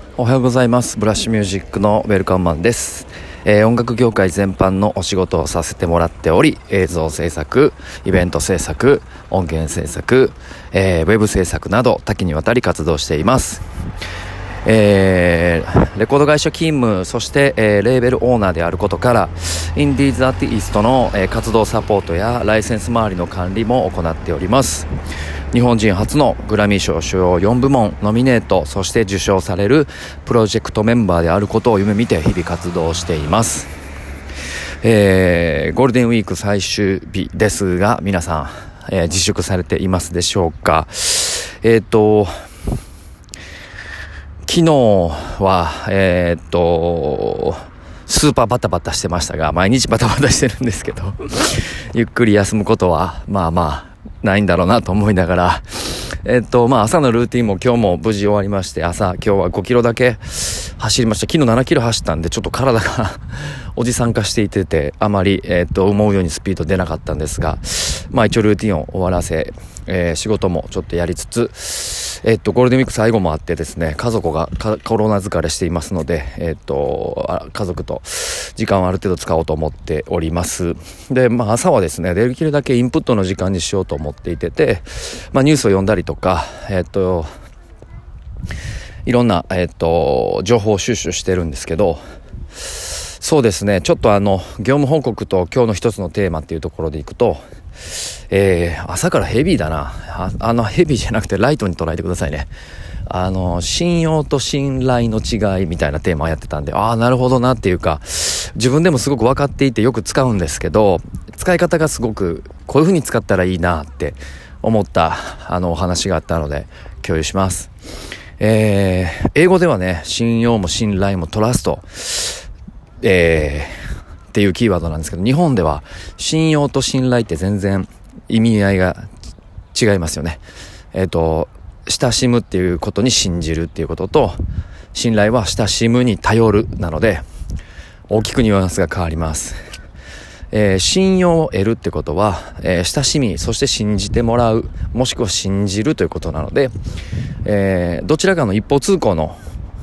おはようございます。ブラッシュミュージックのウェルカムマンです。音楽業界全般のお仕事をさせてもらっており、映像制作、イベント制作、音源制作、ウェブ制作など多岐にわたり活動しています。レコード会社勤務、そして、レーベルオーナーであることから、インディーズアーティストの、活動サポートやライセンス周りの管理も行っております。日本人初のグラミー賞主要4部門ノミネート、そして受賞されるプロジェクトメンバーであることを夢見て日々活動しています。ゴールデンウィーク最終日ですが、皆さん、自粛されていますでしょうか。昨日は、スーパーバタバタしてましたが、毎日バタバタしてるんですけどゆっくり休むことはまあないんだろうなと思いながら、朝のルーティンも今日も無事終わりまして、今日は5キロだけ走りました。昨日7キロ走ったんでちょっと体がおじさん化していてあまり、思うようにスピード出なかったんですが、一応ルーティンを終わらせ、仕事もちょっとやりつつ、ゴールデンウィーク最後もあってですね、家族がコロナ疲れしていますので、家族と時間をある程度使おうと思っております。で、朝はですね、できるだけインプットの時間にしようと思っていて、ニュースを読んだりとか、いろんな、情報収集してるんですけど、そうですね、ちょっと業務報告と今日の一つのテーマっていうところでいくと、朝からヘビーだな。ヘビーじゃなくてライトに捉えてくださいね。信用と信頼の違いみたいなテーマをやってたんで、なるほどなっていうか、自分でもすごく分かっていてよく使うんですけど、使い方がすごくこういう風に使ったらいいなって思ったお話があったので共有します。英語ではね、信用も信頼もトラスト、っていうキーワードなんですけど、日本では信用と信頼って全然意味合いが違いますよね。親しむっていうことに信じるっていうことと、信頼は親しむに頼るなので大きくニュアンスが変わります。信用を得るってことは、親しみ、そして信じてもらう、もしくは信じるということなので、どちらかの一方通行の、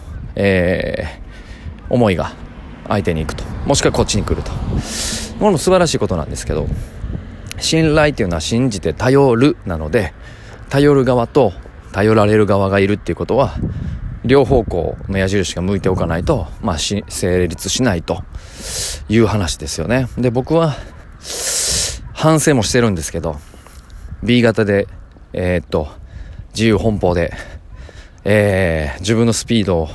思いが相手に行くと、もしくはこっちに来ると、これも素晴らしいことなんですけど、信頼っていうのは信じて頼るなので、頼る側と頼られる側がいるっていうことは両方向の矢印が向いておかないと、成立しないという話ですよね。で、僕は反省もしてるんですけど、 B 型で自由奔放で、自分のスピードを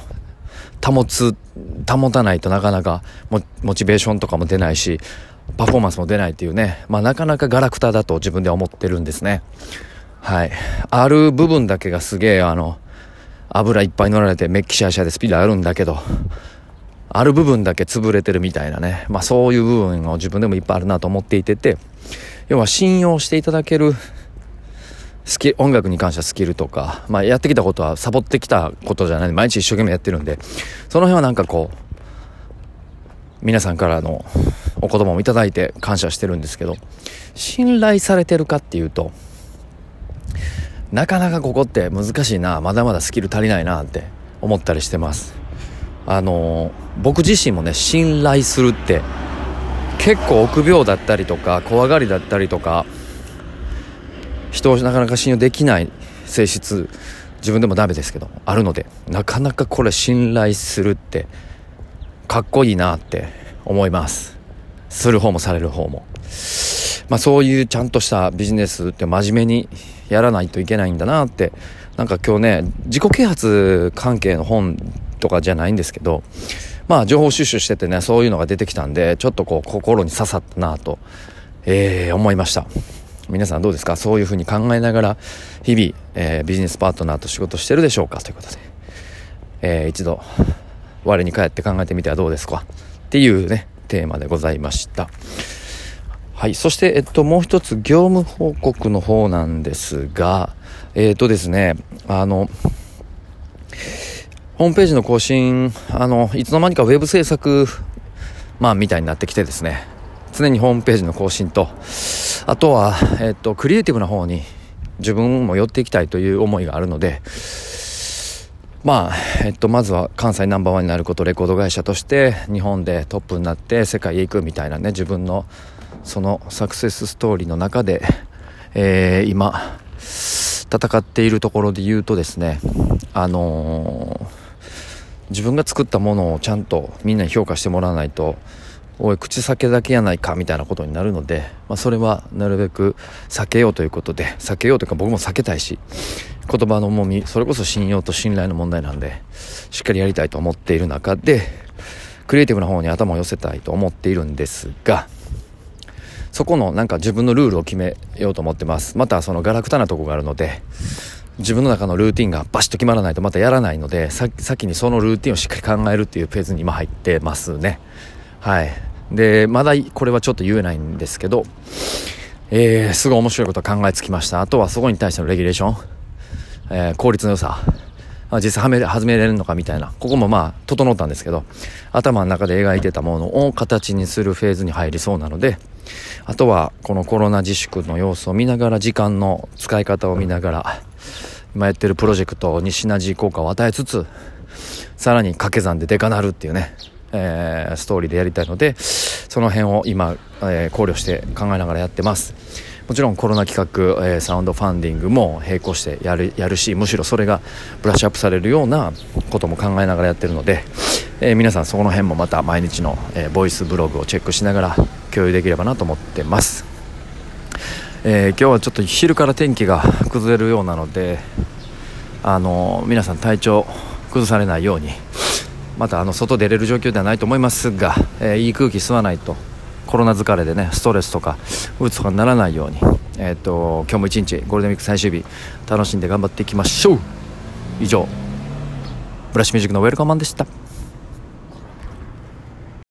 保たないとなかなかモチベーションとかも出ないし、パフォーマンスも出ないっていうね、なかなかガラクタだと自分では思ってるんですね。はい。ある部分だけがすげえ油いっぱい乗られてメッキシャーシャーでスピードあるんだけど、ある部分だけ潰れてるみたいなね、そういう部分を自分でもいっぱいあるなと思っていて、要は信用していただける音楽に関してはスキルとか、やってきたことはサボってきたことじゃない、毎日一生懸命やってるんで、その辺はなんか皆さんからのお言葉もいただいて感謝してるんですけど、信頼されてるかっていうとなかなかここって難しいな、まだまだスキル足りないなって思ったりしてます。僕自身もね、信頼するって結構臆病だったりとか怖がりだったりとか、人をなかなか信用できない性質、自分でもダメですけどあるので、なかなかこれ信頼するってかっこいいなって思います。する方もされる方も、そういうちゃんとしたビジネスって真面目にやらないといけないんだなって、なんか今日ね、自己啓発関係の本とかじゃないんですけど、情報収集しててね、そういうのが出てきたんで、ちょっと心に刺さったなと、思いました。皆さんどうですか？そういうふうに考えながら日々、ビジネスパートナーと仕事してるでしょうかということで、一度我に返って考えてみてはどうですかっていうねテーマでございました。はい。そして、もう一つ業務報告の方なんですが、ですね、ホームページの更新、いつの間にかウェブ制作みたいになってきてですね、常にホームページの更新と、あとは、クリエイティブな方に自分も寄っていきたいという思いがあるので、 まずは関西ナンバーワンになること、レコード会社として日本でトップになって世界へ行くみたいなね、自分のそのサクセスストーリーの中で、今戦っているところで言うとですね、自分が作ったものをちゃんとみんなに評価してもらわないと、おい口裂けだけやないかみたいなことになるので、それはなるべく避けようということで、避けようというか僕も避けたいし、言葉の重み、それこそ信用と信頼の問題なんでしっかりやりたいと思っている中で、クリエイティブな方に頭を寄せたいと思っているんですが、そこのなんか自分のルールを決めようと思ってます。またそのガラクタなとこがあるので、自分の中のルーティンがバシッと決まらないとまたやらないので、先にそのルーティンをしっかり考えるっていうフェーズに今入ってますね。はい。で、まだこれはちょっと言えないんですけど、すごい面白いこと考えつきました。あとはそこに対してのレギュレーション、効率の良さ、実際始めれるのかみたいな、ここも整ったんですけど、頭の中で描いてたものを形にするフェーズに入りそうなので、あとはこのコロナ自粛の様子を見ながら、時間の使い方を見ながら、今やってるプロジェクトにシナジー効果を与えつつ、さらに掛け算でデカなるっていうね、ストーリーでやりたいので、その辺を今、考慮して考えながらやってます。もちろんコロナ企画、サウンドファンディングも並行してやるし、むしろそれがブラッシュアップされるようなことも考えながらやってるので、皆さんそこの辺もまた毎日の、ボイスブログをチェックしながら共有できればなと思ってます。今日はちょっと昼から天気が崩れるようなので、皆さん体調崩されないように、また外出れる状況ではないと思いますが、いい空気吸わないとコロナ疲れでね、ストレスとかうつとかにならないように、今日も一日ゴールデンウィーク最終日楽しんで頑張っていきましょう。以上、ブラッシュミュージックのウェルカムマンでした。